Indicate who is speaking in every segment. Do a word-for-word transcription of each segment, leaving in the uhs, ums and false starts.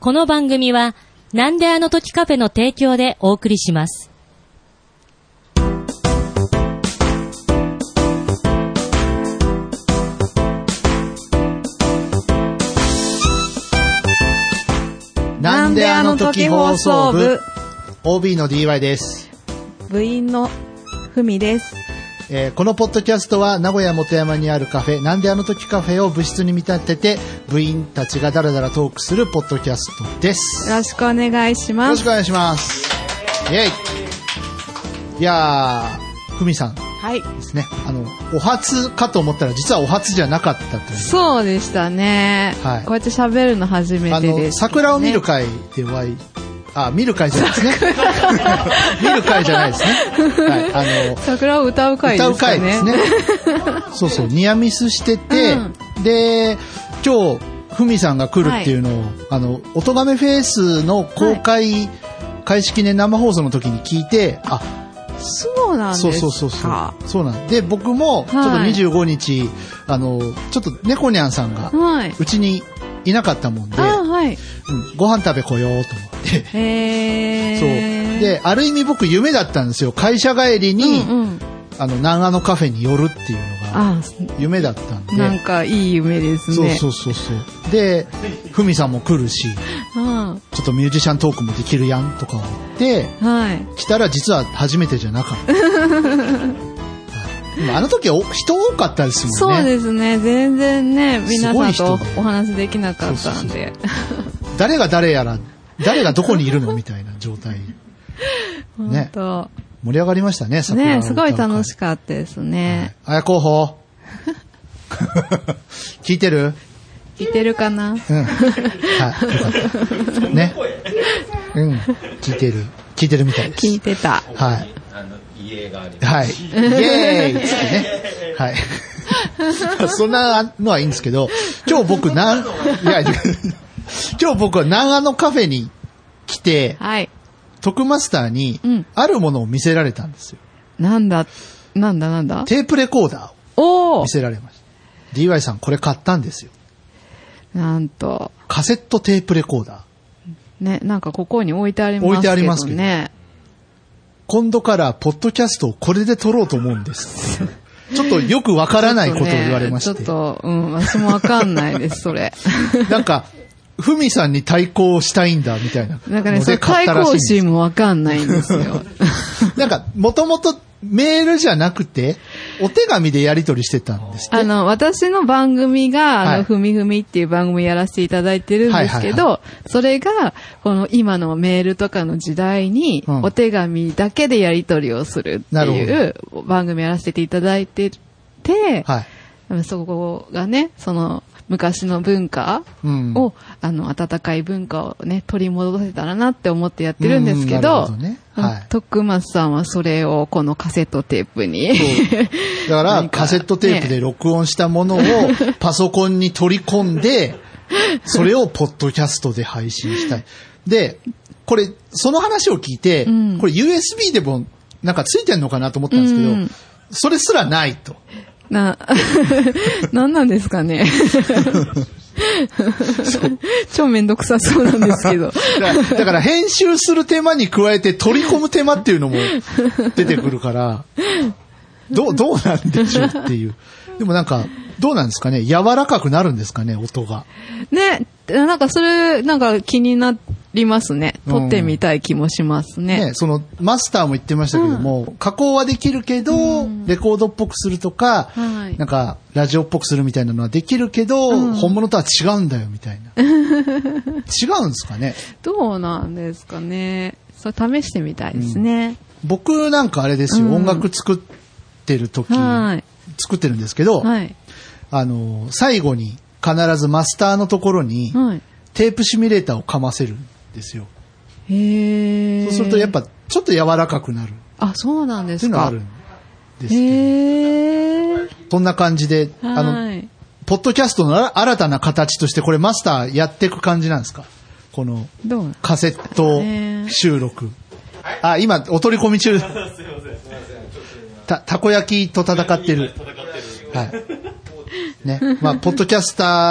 Speaker 1: この番組はなんであの時カフェの提供でお送りします。
Speaker 2: なんであの時放送部 オービー の ディーワイ です。
Speaker 3: 部員のふみです。
Speaker 2: えー、このポッドキャストは名古屋本山にあるカフェなんであの時カフェを部室に見立てて部員たちがだらだらトークするポッドキャストです。
Speaker 3: よろしくお願いします。
Speaker 2: よろしくお願いします。イエイ。いやー、ふみさんですね、はい、あのお初かと思ったら実はお初じゃなかったという。
Speaker 3: そうでしたね、はい、こうやって喋るの初めてです、ね、
Speaker 2: あの桜を見る会でお会いあ、見る会じゃないですね。見る会じゃないですね。はい、あの
Speaker 3: 桜を歌う会ですかね。
Speaker 2: 歌う会ですね。そうそう、ニアミスしてて、うん、で今日ふみさんが来るっていうのを、はい、あのおとがめフェイスの公開、はい、開始記念生放送の時に聞いて、あ、
Speaker 3: そうなんですか。
Speaker 2: そうそうそうそう。そうなんで、僕もちょっとにじゅうごにち、はい、あのちょっと猫ニャンさんがうちにいなかったもんで、
Speaker 3: はい、
Speaker 2: うん、ご飯食べ来ようと思って。
Speaker 3: へー。
Speaker 2: そう。で、ある意味僕夢だったんですよ。会社帰りに、うんうん、あの南アのカフェに寄るっていうのが夢だったんで。
Speaker 3: なんかいい夢ですね。
Speaker 2: そうそうそうそう。で、ふみさんも来るし、うん、ちょっとミュージシャントークもできるやんとか思って、はい、来たら実は初めてじゃなかった。あの時は人多かったですもんね。
Speaker 3: そうですね。全然ね、皆さんとお話できなかったんで。
Speaker 2: 誰が誰やら、誰がどこにいるのみたいな状態。ね。盛り上がりましたね、
Speaker 3: 桜ね、すごい楽しかったですね。
Speaker 2: あや候補。聞いてる？
Speaker 3: 聞いてるかな？うん。はい。よ
Speaker 2: かった。ね。うん。聞いてる。聞いてるみたいです。
Speaker 3: 聞いてた。
Speaker 2: はい。
Speaker 4: 家があります。
Speaker 2: はい。イエーイっつってね。はい。そんなのはいいんですけど、今日僕なん、いや、今日僕は南アのカフェに来て、はい、徳マスターにあるものを見せられたんですよ。
Speaker 3: うん、なんだ、なんだなんだ
Speaker 2: テープレコーダーを見せられました。ディーワイ さんこれ買ったんですよ。
Speaker 3: なんと。
Speaker 2: カセットテープレコーダ
Speaker 3: ー。ね、なんかここに置いてありますけどね。置いてありますけどね。
Speaker 2: 今度からポッドキャストをこれで撮ろうと思うんです。ちょっとよくわからないことを言われまして。
Speaker 3: ちょっと、ね、ちょっと、うん、私もわかんないです、それ。
Speaker 2: なんか、ふみさんに対抗したいんだ、みたいな。
Speaker 3: なんかね、それ対抗心もわかんないんですよ。
Speaker 2: なんか、もともとメールじゃなくて、お手紙でやり取りしてたんですって。
Speaker 3: あの、私の番組が、あの、ふみふみっていう番組やらせていただいてるんですけど、はいはいはい、それが、この今のメールとかの時代に、お手紙だけでやり取りをするっていう番組やらせていただいてて、はい、そこがね、その、昔の文化を、うん、あの、温かい文化をね、取り戻せたらなって思ってやってるんですけど、うん、ね、はい、徳松さんはそれをこのカセットテープに。
Speaker 2: だから、カセットテープで録音したものをパソコンに取り込んで、それをポッドキャストで配信したい。で、これ、その話を聞いて、うん、これ ユーエスビー でもなんかついてんのかなと思ったんですけど、うん、それすらないと。
Speaker 3: な、なんなんですかね。超めんどくさそうなんですけど。
Speaker 2: だ, だから編集する手間に加えて取り込む手間っていうのも出てくるから、どう、どうなんでしょうっていう。でもなんか、どうなんですかね、柔らかくなるんですかね、音が。
Speaker 3: ね、なんかそれ、なんか気になりますね。撮ってみたい気もしますね。
Speaker 2: うん、ね、その、マスターも言ってましたけども、うん、加工はできるけど、うん、レコードっぽくするとか、はい、なんか、ラジオっぽくするみたいなのはできるけど、うん、本物とは違うんだよ、みたいな。違うんですかね。
Speaker 3: どうなんですかね。それ試してみたいですね。うん、
Speaker 2: 僕なんかあれですよ、うん、音楽作ってる時、はい、作ってるんですけど、はい、あの、最後に必ずマスターのところに、はい、テープシミュレーターをかませるんですよ。
Speaker 3: へー。
Speaker 2: そうするとやっぱちょっと柔らかくなる。
Speaker 3: あ、そうなんですか。っていうのがあるん
Speaker 2: ですけど。へー。そんな感じで、あの、はい、ポッドキャストの新たな形としてこれマスターやっていく感じなんですか？このカセット収録。あ、今お取り込み中。た、たこ焼きと戦ってる。はい。ね。まあ、ポッドキャスター、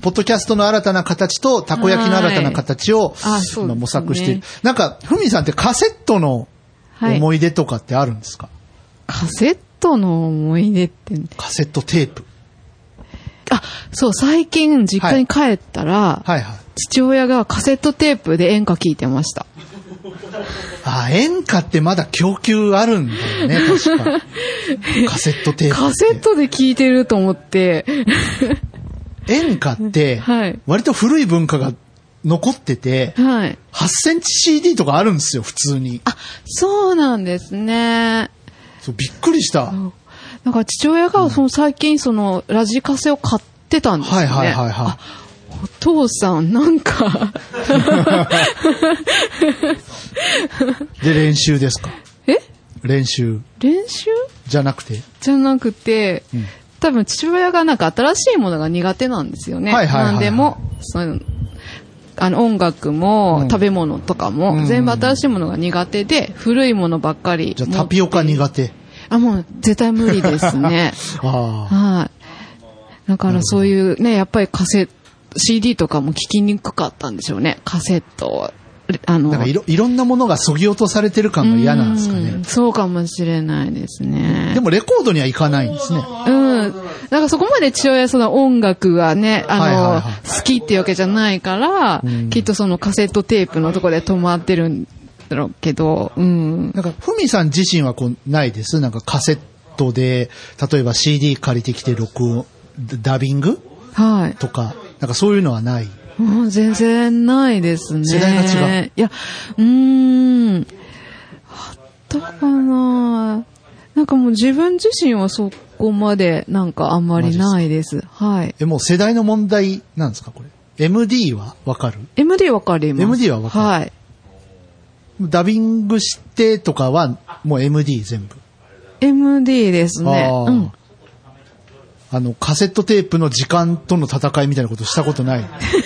Speaker 2: ポッドキャストの新たな形と、たこ焼きの新たな形を、今模索している。なんか、ふみさんってカセットの思い出とかってあるんですか？
Speaker 3: はい、カセットの思い出って。
Speaker 2: カセットテープ。
Speaker 3: あ、そう、最近実家に帰ったら、はいはいはい、父親がカセットテープで演歌聴いてました。
Speaker 2: あ、演歌ってまだ供給あるんだよね、確か。カセットテープ。
Speaker 3: カセットで聴いてると思って。
Speaker 2: 演歌って、割と古い文化が残ってて、はい、はちセンチ シーディー とかあるんですよ、普通に。
Speaker 3: あ、そうなんですね。
Speaker 2: そう、びっくりした。
Speaker 3: なんか父親がその最近そのラジカセを買ってたんですね。はいはいはいはい。お父さん、なんか。
Speaker 2: で、練習ですか？
Speaker 3: え？
Speaker 2: 練習。
Speaker 3: 練習？
Speaker 2: じゃなくて？
Speaker 3: じゃなくて、うん、多分父親がなんか新しいものが苦手なんですよね。はいはいはいはい、なんでも、そういうの、あの音楽も、うん、食べ物とかも、うん、全部新しいものが苦手で、古いものばっかり。
Speaker 2: じゃあタピオカ苦手？
Speaker 3: あ、もう絶対無理ですね。あはい。だからそういうね、やっぱりカセット、シーディー とかも聞きにくかったんでしょうね。カセット。あの。
Speaker 2: なんかいろ、いろんなものが削ぎ落とされてる感が嫌なんですかね。
Speaker 3: そうかもしれないですね。
Speaker 2: でもレコードにはいかないんですね。
Speaker 3: うん。なんかそこまで父親その音楽がね、あの、はいはいはい、好きっていうわけじゃないから、きっとそのカセットテープのところで止まってるんだろうけど、うん。
Speaker 2: なんか、ふみさん自身はこう、ないです？なんかカセットで、例えば シーディー 借りてきて録音、ダビングはい。とか、なんかそういうのはない？
Speaker 3: もう全然ないですね。
Speaker 2: 世代が違う。
Speaker 3: いや、うーん。あったかな？なんかもう自分自身はそこまでなんかあんまりないです。はい。
Speaker 2: え、もう世代の問題なんですかこれ？ エムディー はわかる？
Speaker 3: エムディー わかります。
Speaker 2: エムディー はわかる。はい。ダビングしてとかはもう エムディー 全部。
Speaker 3: エムディー ですね。うん。
Speaker 2: あの、カセットテープの時間との戦いみたいなことしたことない。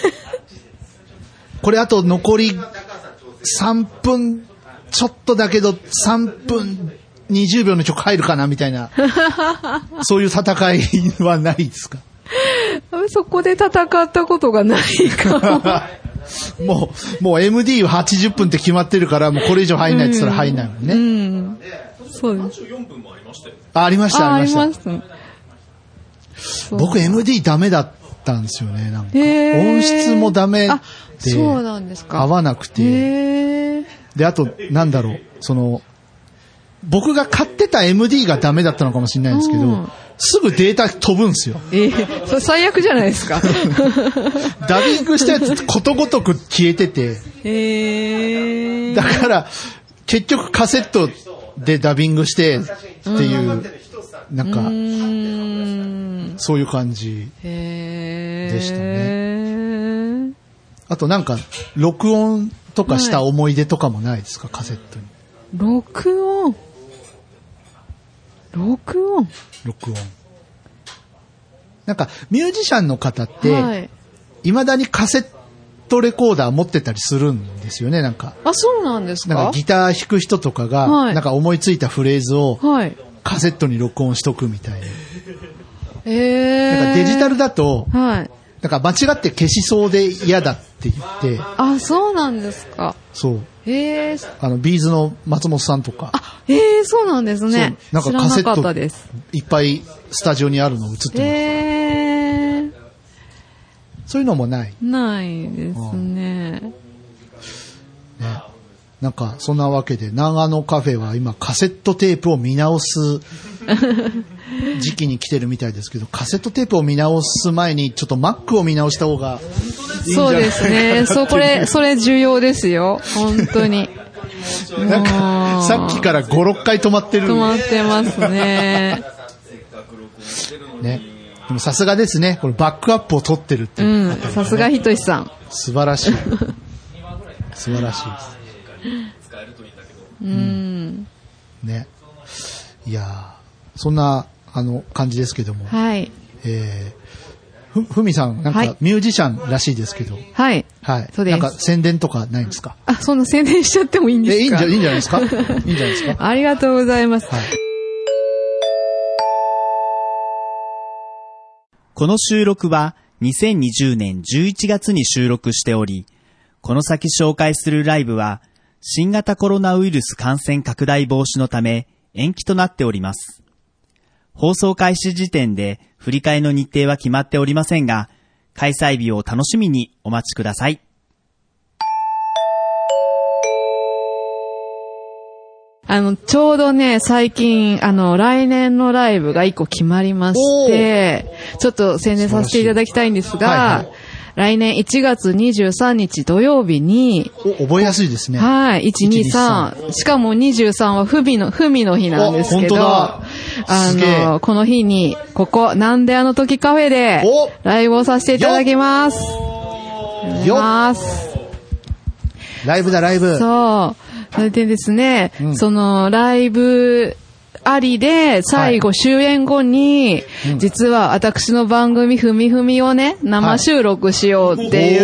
Speaker 2: これあと残りさんぷんちょっとだけどさんぷんにじゅうびょうの曲入るかなみたいな。そういう戦いはないですか？
Speaker 3: そこで戦ったことがないか
Speaker 2: も。もう、もう エムディー ははちじゅっぷんって決まってるから、もうこれ以上入んないって言ったら入んないもんね。うん。うん、
Speaker 3: そうです。
Speaker 4: さんじゅうよんぷんもありましたよね。
Speaker 2: あ、ありました、ありました。
Speaker 3: ありました。
Speaker 2: 僕 エムディー ダメだったんですよね。なんか音質もダメで、
Speaker 3: そうなんですか。
Speaker 2: 合わなくて、であとなんだろう、その僕が買ってた エムディー がダメだったのかもしれないんですけど、うん、すぐデータ飛ぶんですよ。
Speaker 3: えー、それ最悪じゃないですか。
Speaker 2: ダビングしたやつことごとく消えてて、
Speaker 3: えー、
Speaker 2: だから結局カセットでダビングしてっていう、うん、なんか。うーん、そういう感じでしたね。あとなんか録音とかした思い出とかもないですか、はい、カセットに。
Speaker 3: 録音録音
Speaker 2: 録音なんかミュージシャンの方って、はい、未だにカセットレコーダー持ってたりするんですよね。なんか
Speaker 3: あ、そうなんですか。
Speaker 2: なんかギター弾く人とかが、はい、なんか思いついたフレーズを、はいカセットに録音しとくみたいな。
Speaker 3: えー、
Speaker 2: なんかデジタルだと、はい、なんか間違って消しそうで嫌だって言って。
Speaker 3: あ、そうなんですか。
Speaker 2: そう。
Speaker 3: えー、
Speaker 2: あのビーズの松本さんとか。
Speaker 3: あ、えー、そうなんですね。
Speaker 2: なんかカセットいっぱいスタジオにあるの映ってます。
Speaker 3: えー、
Speaker 2: そういうのもない。
Speaker 3: ないですね。ね。
Speaker 2: なんかそんなわけで長野カフェは今カセットテープを見直す時期に来てるみたいですけど、カセットテープを見直す前にちょっと Mac を見直した方がいいんじゃないかな。そうですね。そう、これそれ重要ですよ。本当に。 なんかさっきからご、ろっかい止まってる。
Speaker 3: 止まってますね。
Speaker 2: ね。でもさすがですね。これバックアップを取ってるっていう、
Speaker 3: うん。さすがひとしさん。
Speaker 2: 素晴らしい。素晴らしいです。
Speaker 4: 使えるといいんだけど。
Speaker 3: うん。
Speaker 2: ね。いやそんなあの感じですけども。
Speaker 3: はい。
Speaker 2: えー、ふふみさんなんかミュージシャンらしいですけど。
Speaker 3: はい。
Speaker 2: はい。
Speaker 3: そうです。
Speaker 2: なんか宣伝とかないんですか。
Speaker 3: あ、そんな宣伝しちゃってもいいんですか。
Speaker 2: えいいんじゃいいんじゃないですか。いいんじゃないですか。
Speaker 3: ありがとうございます。はい。
Speaker 5: この収録はにせんにじゅうねんじゅういちがつに収録しており、この先紹介するライブは新型コロナウイルス感染拡大防止のため延期となっております。放送開始時点で振り替えの日程は決まっておりませんが、開催日を楽しみにお待ちください。
Speaker 3: あの、ちょうどね、最近、あの、来年のライブが一個決まりまして、ちょっと宣伝させていただきたいんですが、はいはい、来年いちがつにじゅうさんにち土曜日に、
Speaker 2: お、覚えやすいですね。
Speaker 3: はい、いち、に、さん。しかもにじゅうさんはふみの、ふみの日なんですけど、あの、この日に、ここ、なんであの時カフェで、ライブをさせていただきます。
Speaker 2: よっライブだ、ライブ。
Speaker 3: そう。それでですね、うん、そのライブありで最後、はい、終演後に、うん、実は私の番組ふみふみをね生収録しようっていう、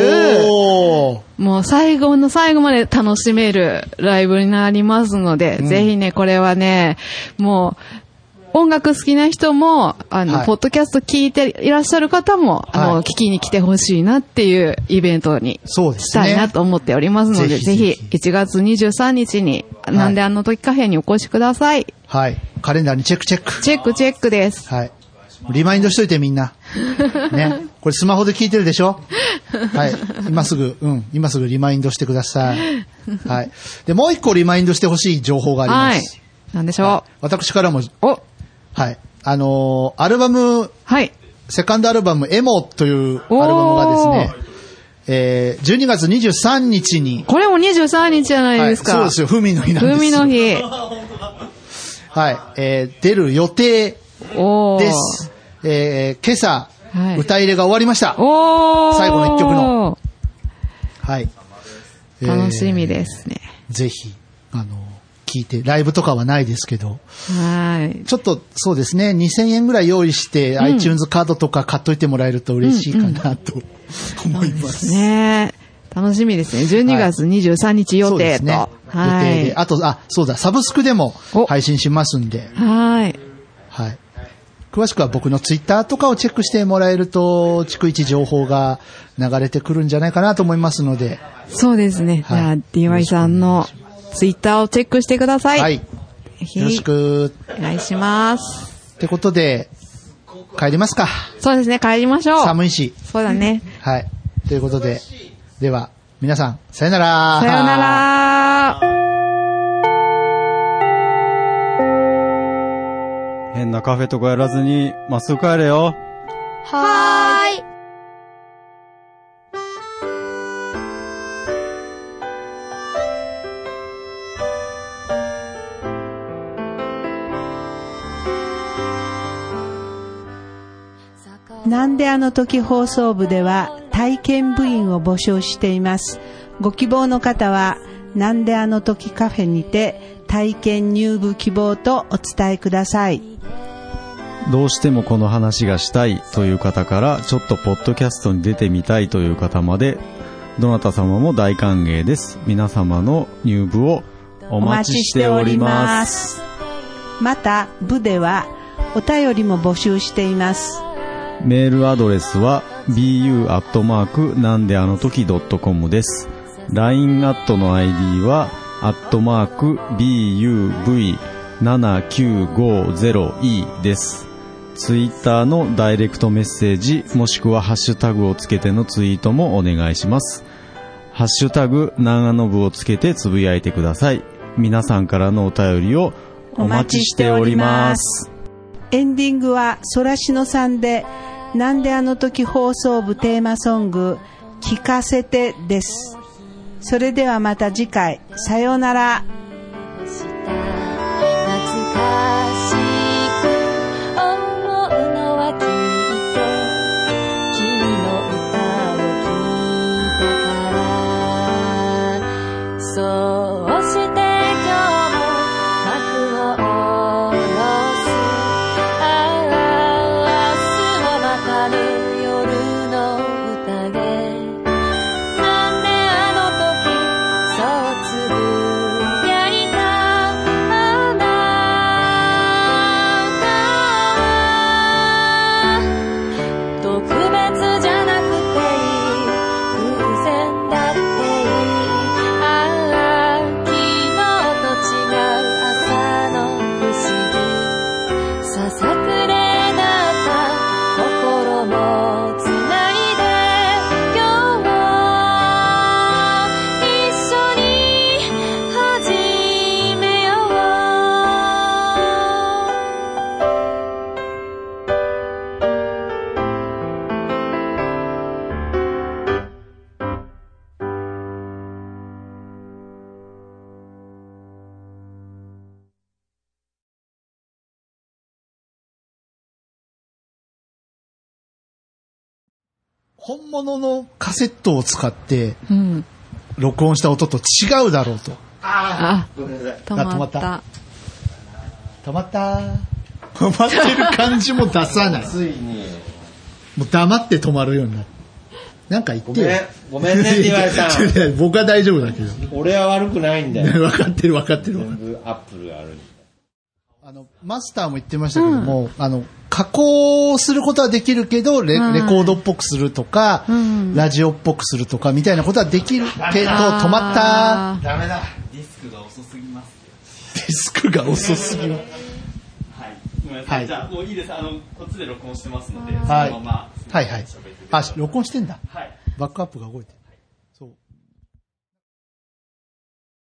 Speaker 3: はい、もう最後の最後まで楽しめるライブになりますので、うん、ぜひねこれはねもう音楽好きな人も、あの、はい、ポッドキャスト聞いていらっしゃる方も、あの、はい、聞きに来てほしいなっていうイベントにしたいなと思っておりますので、ぜひ、いちがつにじゅうさんにちに、はい、なんであの時カフェにお越しください。
Speaker 2: はい。カレンダーにチェックチェック。
Speaker 3: チェックチェックです。
Speaker 2: はい。リマインドしといてみんな。ね。これスマホで聞いてるでしょ？はい。今すぐ、うん。今すぐリマインドしてください。はい。で、もう一個リマインドしてほしい情報があります。
Speaker 3: はい。なんでしょう、はい、
Speaker 2: 私からも。
Speaker 3: お
Speaker 2: はい。あのー、アルバム、
Speaker 3: はい。
Speaker 2: セカンドアルバム、エモというアルバムがですね、えー、じゅうにがつにじゅうさんにちに。
Speaker 3: これもにじゅうさんにちじゃないですか。
Speaker 2: はい、そうですよ、ふみの日なんです。
Speaker 3: ふみの日。
Speaker 2: はい。えー、出る予定です。えー、今朝、はい、歌入れが終わりました。
Speaker 3: お
Speaker 2: 最後の一曲の。はい。
Speaker 3: 楽しみですね。
Speaker 2: えー、ぜひ、あのー、聞いて、ライブとかはないですけど、
Speaker 3: はい。
Speaker 2: ちょっとそうですね、にせんえんぐらい用意して、うん、iTunes カードとか買っといてもらえると嬉しいかなと、うんうん、思います。
Speaker 3: ね楽しみですね。じゅうにがつにじゅうさんにち予定と。はい、そうですね。
Speaker 2: はい、予定で。あと、あ、そうだ、サブスクでも配信しますんで。
Speaker 3: はい。
Speaker 2: はい。詳しくは僕のツイッターとかをチェックしてもらえると、逐一情報が流れてくるんじゃないかなと思いますので。
Speaker 3: そうですね。はい、じゃあ、ディーワイ さんのツイッターをチェックしてください。
Speaker 2: はい。よろしく。
Speaker 3: お願いします。
Speaker 2: ってことで、帰りますか。
Speaker 3: そうですね、帰りましょう。
Speaker 2: 寒いし。
Speaker 3: そうだね。
Speaker 2: はい。ということで、では、皆さん、さよなら。
Speaker 3: さよなら。
Speaker 6: 変なカフェとかやらずに、まっすぐ帰れよ。
Speaker 7: はーい。
Speaker 8: なんであの時放送部では体験部員を募集しています。ご希望の方はなんであの時カフェにて体験入部希望とお伝えください。
Speaker 6: どうしてもこの話がしたいという方からちょっとポッドキャストに出てみたいという方までどなた様も大歓迎です。皆様の入部をお待ちしております。
Speaker 8: また部ではお便りも募集しています。
Speaker 6: メールアドレスは ビーユー アットマーク なんであの時 ドットコム です。 ライン アットの アイディー はアットマーク ビーユーブイななきゅうごゼロイー です。ツイッターのダイレクトメッセージもしくはハッシュタグをつけてのツイートもお願いします。ハッシュタグ長野部をつけてつぶやいてください。皆さんからのお便りをお待ちしております。
Speaker 8: エンディングはソラシノさんでなんであの時放送部テーマソング聞かせてです。それではまた次回、さようなら。
Speaker 7: 「
Speaker 2: 本物のカセットを使って、
Speaker 3: うん、
Speaker 2: 録音した音と違うだろうと。
Speaker 3: ああ、止まった。
Speaker 2: 止まった。止まってる感じも出さない。
Speaker 9: ついに。
Speaker 2: もう黙って止まるようになる。なんか言ってよ。
Speaker 9: ごめん、ごめんねって言われた。
Speaker 2: 僕は大丈夫だけど。
Speaker 9: 俺は悪くないんだよ。
Speaker 2: 分かってる分かってる。
Speaker 9: 全部アップルがある。
Speaker 2: あの、マスターも言ってましたけども、うん、あの、加工することはできるけど、レ、レコードっぽくするとか、うん、ラジオっぽくするとか、みたいなことはできるけど、止まった。
Speaker 5: ダメだ。ディスクが遅すぎます。
Speaker 2: ディスクが遅すぎます。
Speaker 5: はい。ごめんなさい。はい、じゃあ、もういいです。あの、こっちで録音してますので、
Speaker 2: はい、
Speaker 5: そのまま。
Speaker 2: はいはい。あ、録音してんだ。
Speaker 5: はい。
Speaker 2: バックアップが動いてる。